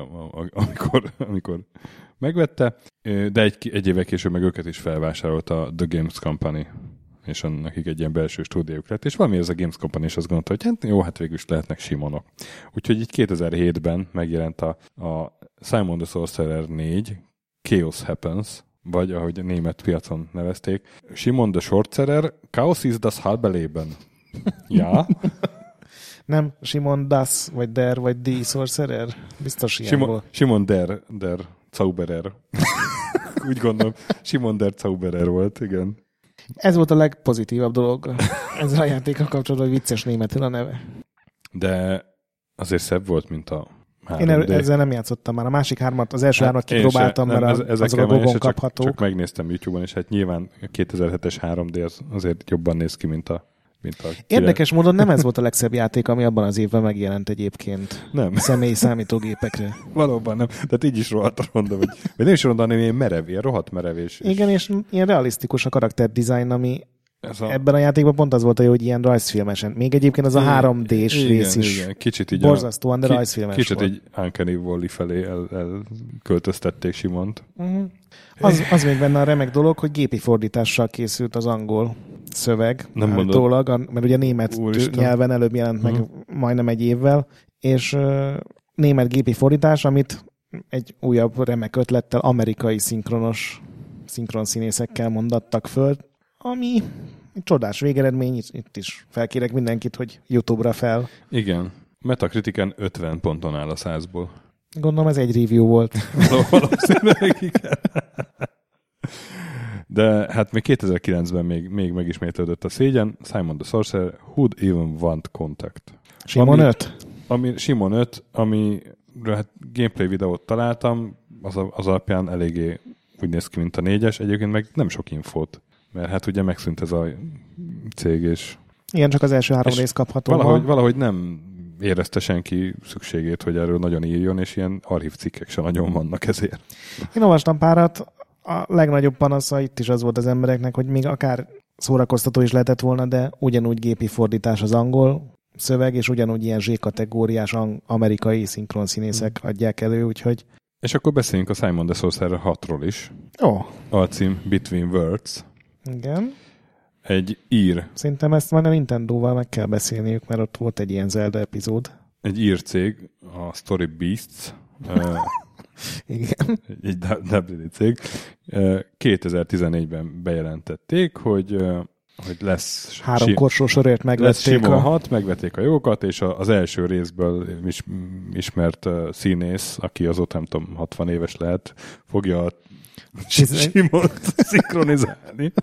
amikor megvette, de egy évvel később meg őket is felvásárolta a The Games Company, és nekik egy ilyen belső stúdiójuk lett, és valami ez a Games Company is azt gondolta, hogy hát jó, hát végül is lehetnek Simonok. Úgyhogy így 2007-ben megjelent a Simon the Sorcerer 4, Chaos Happens, vagy ahogy a német piacon nevezték, Simon the Sorcerer, Chaos ist das halbe Leben. Ja. Nem Simon das, vagy der, vagy die Sorcerer? Biztos ilyenból. Simon der Zauberer. Úgy gondolom, Simon der Zauberer volt, igen. Ez volt a legpozitívabb dolog ezzel a játékkal kapcsolatban, hogy vicces németül a neve. De azért szebb volt, mint a 3D. Én ezzel nem játszottam már. A másik hármat, az első hármat kipróbáltam, mert azok a Gogon kaphatók. Csak megnéztem YouTube-on, és hát nyilván a 2007-es 3D azért jobban néz ki, mint a Érdekes módon nem ez volt a legszebb játék, ami abban az évben megjelent egyébként. Nem. Személyi számítógépekre. Valóban nem. Tehát így is rohadt ronda, vagy nem is ronda, hanem ilyen merev, ilyen rohadt merev. Igen, és ilyen realisztikus a karakterdesign, ami ebben a játékban pont az volt a jó, hogy ilyen rajzfilmesen. Még egyébként az a 3D-s rész is. Igen. Kicsit így borzasztóan, de rajzfilmes kicsit volt. Így Uncanny Valley felé elköltöztették Simont. Uh-huh. Az még benne a remek dolog, hogy gépi fordítással készült az angol szöveg, mert ugye német nyelven előbb jelent meg majdnem egy évvel, és német gépi fordítás, amit egy újabb remek ötlettel amerikai szinkronszínészekkel mondattak föl, ami egy csodás végeredmény, itt is felkérek mindenkit, hogy YouTube-ra fel. Igen. Metacritiken 50 ponton áll a 100-ból. Gondolom ez egy review volt. Valószínűleg igen. De hát még 2009-ben még megismétlődött a szégyen. Simon the Sorcerer, Who'd Even Want Contact. Simon 5? Simon 5, amiről hát gameplay videót találtam, az alapján eléggé úgy néz ki, mint a 4-es. Egyébként meg nem sok infót, mert hát ugye megszűnt ez a cég, és... Igen, csak az első 3 rész kapható. Valahogy nem érezte senki szükségét, hogy erről nagyon írjon, és ilyen archívcikkek sem nagyon vannak ezért. Én olvastam párat, a legnagyobb panasza itt is az volt az embereknek, hogy még akár szórakoztató is lehetett volna, de ugyanúgy gépi fordítás az angol szöveg, és ugyanúgy ilyen Z-kategóriás amerikai szinkronszínészek adják elő, úgyhogy... És akkor beszéljünk a Simon the Sorcerer 6-ról is. Alcím Between Worlds. Igen. Egy ír. Szerintem ezt már a Nintendo-val meg kell beszélniük, mert ott volt egy ilyen Zelda epizód. Egy ír cég, a Story Beasts. Igen. Egy Dublini cég. 2014-ben bejelentették, hogy lesz... 3 korsó sorért megvették. Simon 6, megvették a jogokat, és az első részből ismert színész, aki azóta nem tudom, 60 éves lehet, fogja Simont szinkronizálni.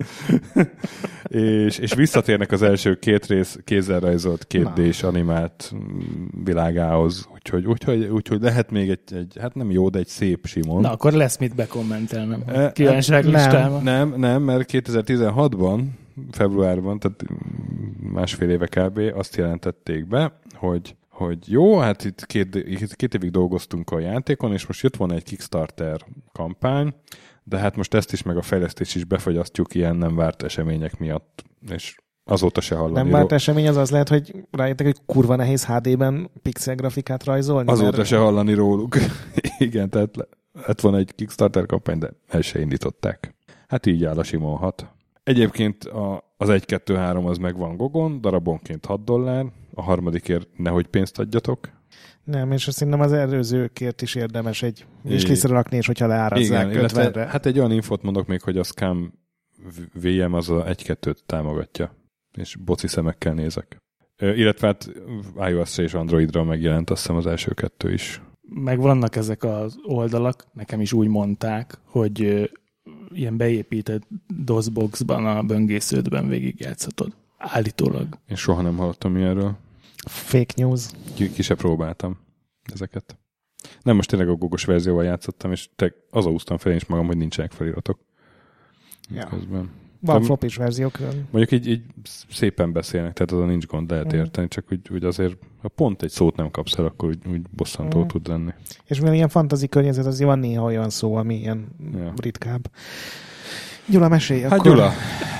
és visszatérnek az első 2 rész kézzel rajzolt 2D-s animált világához. Úgyhogy lehet még egy, hát nem jó, de egy szép Simon. Na, akkor lesz mit bekommentelnem. Kívánság listában. Nem, mert 2016-ban, februárban, tehát másfél éve kb. Azt jelentették be, hogy jó, hát itt 2 évig dolgoztunk a játékon, és most jött volna egy Kickstarter kampány, de hát most ezt is, meg a fejlesztést is befagyasztjuk ilyen nem várt események miatt, és azóta se hallani. Nem várt esemény az lehet, hogy rájöttek, hogy kurva nehéz HD-ben pixel grafikát rajzolni? Azóta se hallani róluk. Igen, tehát lett volna egy Kickstarter kampány, de el se indították. Hát így áll a Simon 6. Egyébként az 1-2-3 az meg van Gogon, darabonként $6, a harmadikért nehogy pénzt adjatok. Nem, és szerintem az előzőkért is érdemes egy lisztre rakni, és hogyha leárazzák 50-re. Hát egy olyan infót mondok még, hogy a Scam VM az a 1-2-t támogatja, és boci szemekkel nézek. Illetve hát iOS-ra és Androidra megjelent, azt hiszem az első 2 is. Meg vannak ezek az oldalak, nekem is úgy mondták, hogy ilyen beépített DOS-boxban a böngésződben végigjátszhatod. Állítólag. Én soha nem hallottam ilyenről. Fake news. Ki se próbáltam ezeket. Nem, most tényleg a Gogos verzióval játszottam, és azon úsztam fel én is magam, hogy nincsenek feliratok. Ja. Közben. Van flopis verziók. Mondjuk így szépen beszélnek, tehát azon nincs gond, lehet érteni, csak úgy azért, ha pont egy szót nem kapsz el, akkor úgy bosszantó tud lenni. És mivel ilyen fantasy környezet, azért van néha olyan szó, ami ilyen ritkább. Gyula, mesélj hát akkor. Gyula.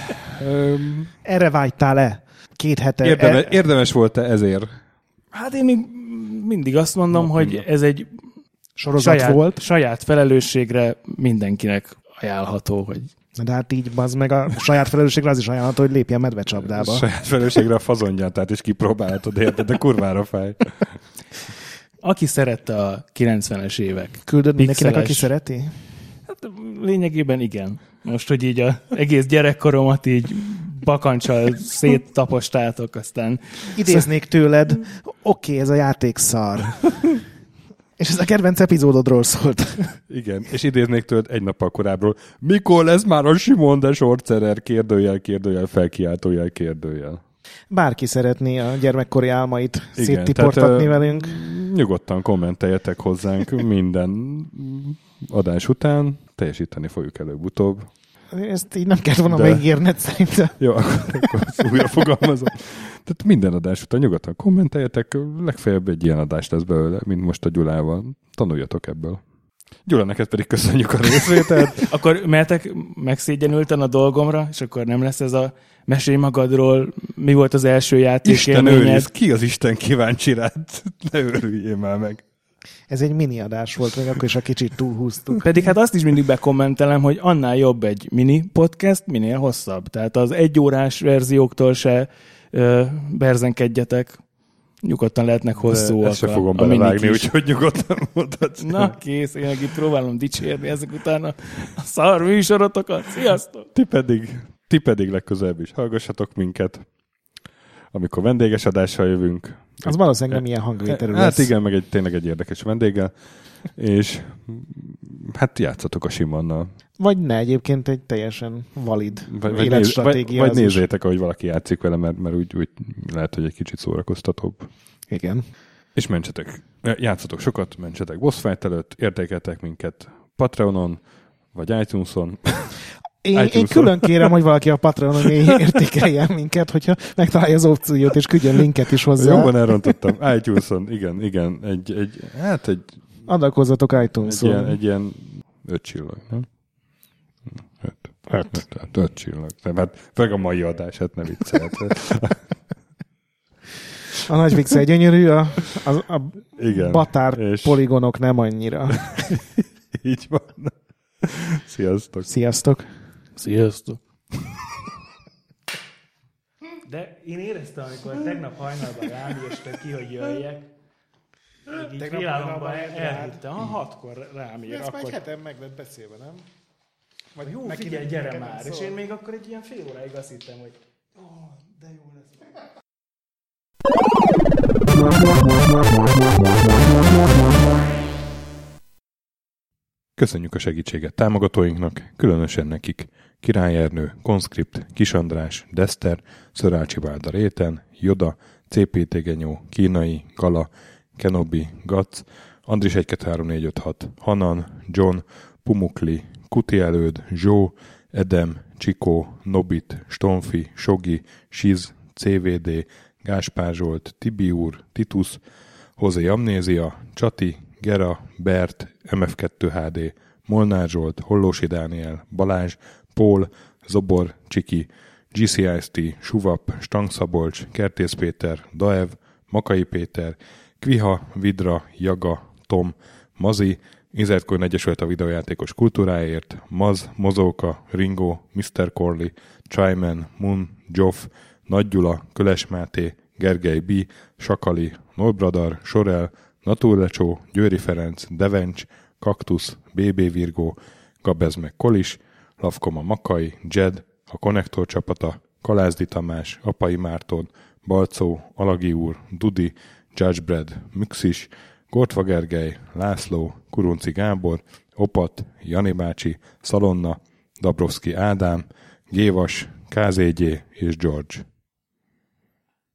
Erre vágytál-e? 2 hete. Érdemes volt-e ezért? Hát én még mindig azt mondom, hogy ez egy sorozat saját felelősségre mindenkinek ajánlható, hogy... De hát így bazd meg a saját felelősségre az is ajánlható, hogy lépjen medvecsapdába. A saját felelősségre a fazonját is kipróbálhatod, érted, de kurvára fáj. Aki szerette a 90-es évek. Küldöd mindenkinek, aki szereti? Hát lényegében igen. Most, hogy így az egész gyerekkoromat így bakancsal széttapostátok, aztán... Idéznék tőled, oké, ez a játék szar. És ez a kedvenc epizódodról szólt. Igen, és idéznék tőled egy nappal korábbról. Mikor lesz már a Simon de Sorcerer? Kérdőjel, felkiáltójel. Bárki szeretné a gyermekkori álmait széttiportatni velünk. Nyugodtan kommenteljetek hozzánk minden adás után. Teljesíteni fogjuk előbb-utóbb. Ezt így nem kell volna megírned szerintem. Jó, akkor újra fogalmazom. Tehát minden adás után nyugodtan kommenteljetek, legfeljebb egy ilyen adás lesz belőle, mint most a Gyulával. Tanuljatok ebből. Gyula, neked pedig köszönjük a részvételt. Akkor mehetek megszégyenülten a dolgomra, és akkor nem lesz ez a mesélj magadról, mi volt az első játékélményed. Isten őriz, ki az Isten kíváncsi rád? Ne örüljél már meg. Ez egy mini adás volt, még akkor is a kicsit túlhúztuk. Pedig hát azt is mindig bekommentelem, hogy annál jobb egy mini podcast, minél hosszabb. Tehát az 1 órás verzióktól se berzenkedjetek. Nyugodtan lehetnek hosszúak. Ezt se fogom belevágni, úgyhogy nyugodtan mondhatsz. Na kész, én itt próbálom dicsérni ezek után a szar műsorotokat. Sziasztok! Ti pedig legközelebb is hallgassatok minket, amikor vendéges adással jövünk. Az valószínűleg nem ilyen hangvételű lesz. Hát igen, meg tényleg egy érdekes vendéggel. És hát játszatok a Simonnal. Vagy ne, egyébként egy teljesen valid életstratégia. Vagy nézzétek, ahogy valaki játszik vele, mert úgy lehet, hogy egy kicsit szórakoztatóbb. Igen. És játszatok sokat, mentsetek boss fight előtt, értékeltek minket Patreonon, vagy iTunes-on. Én külön kérem, hogy valaki a Patreonon értékeljen minket, hogyha megtalálja az opciót, és küldjön linket is hozzá. Jobban elrontottam. iTunes-on, igen. Egy adakozzatok iTunes-on. Egy ilyen 5 csillag, nem? 5 csillag. Hát meg a mai adás, hát ne viccelt. A nagy pixel gyönyörű, a igen, batár poligonok nem annyira. Így van. Sziasztok. Sziasztok. De én éreztem, amikor tegnap hajnalban rám jöttek ki, hogy jöjjek, így félállomban elhittem. 6-kor rám ír. Ezt már egy heten meg lett beszélve, nem? Vagy jó, figyelj, gyere már. És én még akkor egy ilyen fél óráig azt hittem, hogy de jó lesz. Köszönjük a segítséget támogatóinknak, különösen nekik Király Ernő, Conscript, Kis András, Dester, Szörácsi Válda Réten, Joda, CPT Genyó, Kínai, Gala, Kenobi, Gac, Andris 1-2-3-4-5-6, Hanan, John, Pumukli, Kuti Előd, Zsó, Edem, Csikó, Nobit, Stonfi, Sogi, Siz, CVD, Gáspár Zsolt, Tibiúr, Titus, Hozé Amnézia, Csati, Gera, Bert, MF2HD, Molnár Zsolt, Hollósi Dániel, Balázs, Pól, Zobor, Csiki, GCIST, Suvap, Stangszabolcs, Kertész Péter, Daev, Makai Péter, Kviha, Vidra, Jaga, Tom, Mazi, Inzertcoin Egyesület a videójátékos kultúráért, Maz, Mozóka, Ringo, Mr. Corley, Tryman, Mun, Joff, Nagy Gyula, Köles Máté, Gergely B., Sakali, Nolbradar, Sorel, Naturlecsó, Győri Ferenc, Devencs, Kaktusz, BB Virgó, Gabez meg Kolis, Lavkoma Makai, Jed, a Konnektor csapata, Kalázdi Tamás, Apai Márton, Balcó, Alagi úr, Dudi, Judgebred, Müxis, Gortva Gergely, László, Kurunci Gábor, Opat, Jani bácsi, Szalonna, Dabrowski Ádám, Gévas, KZG és George.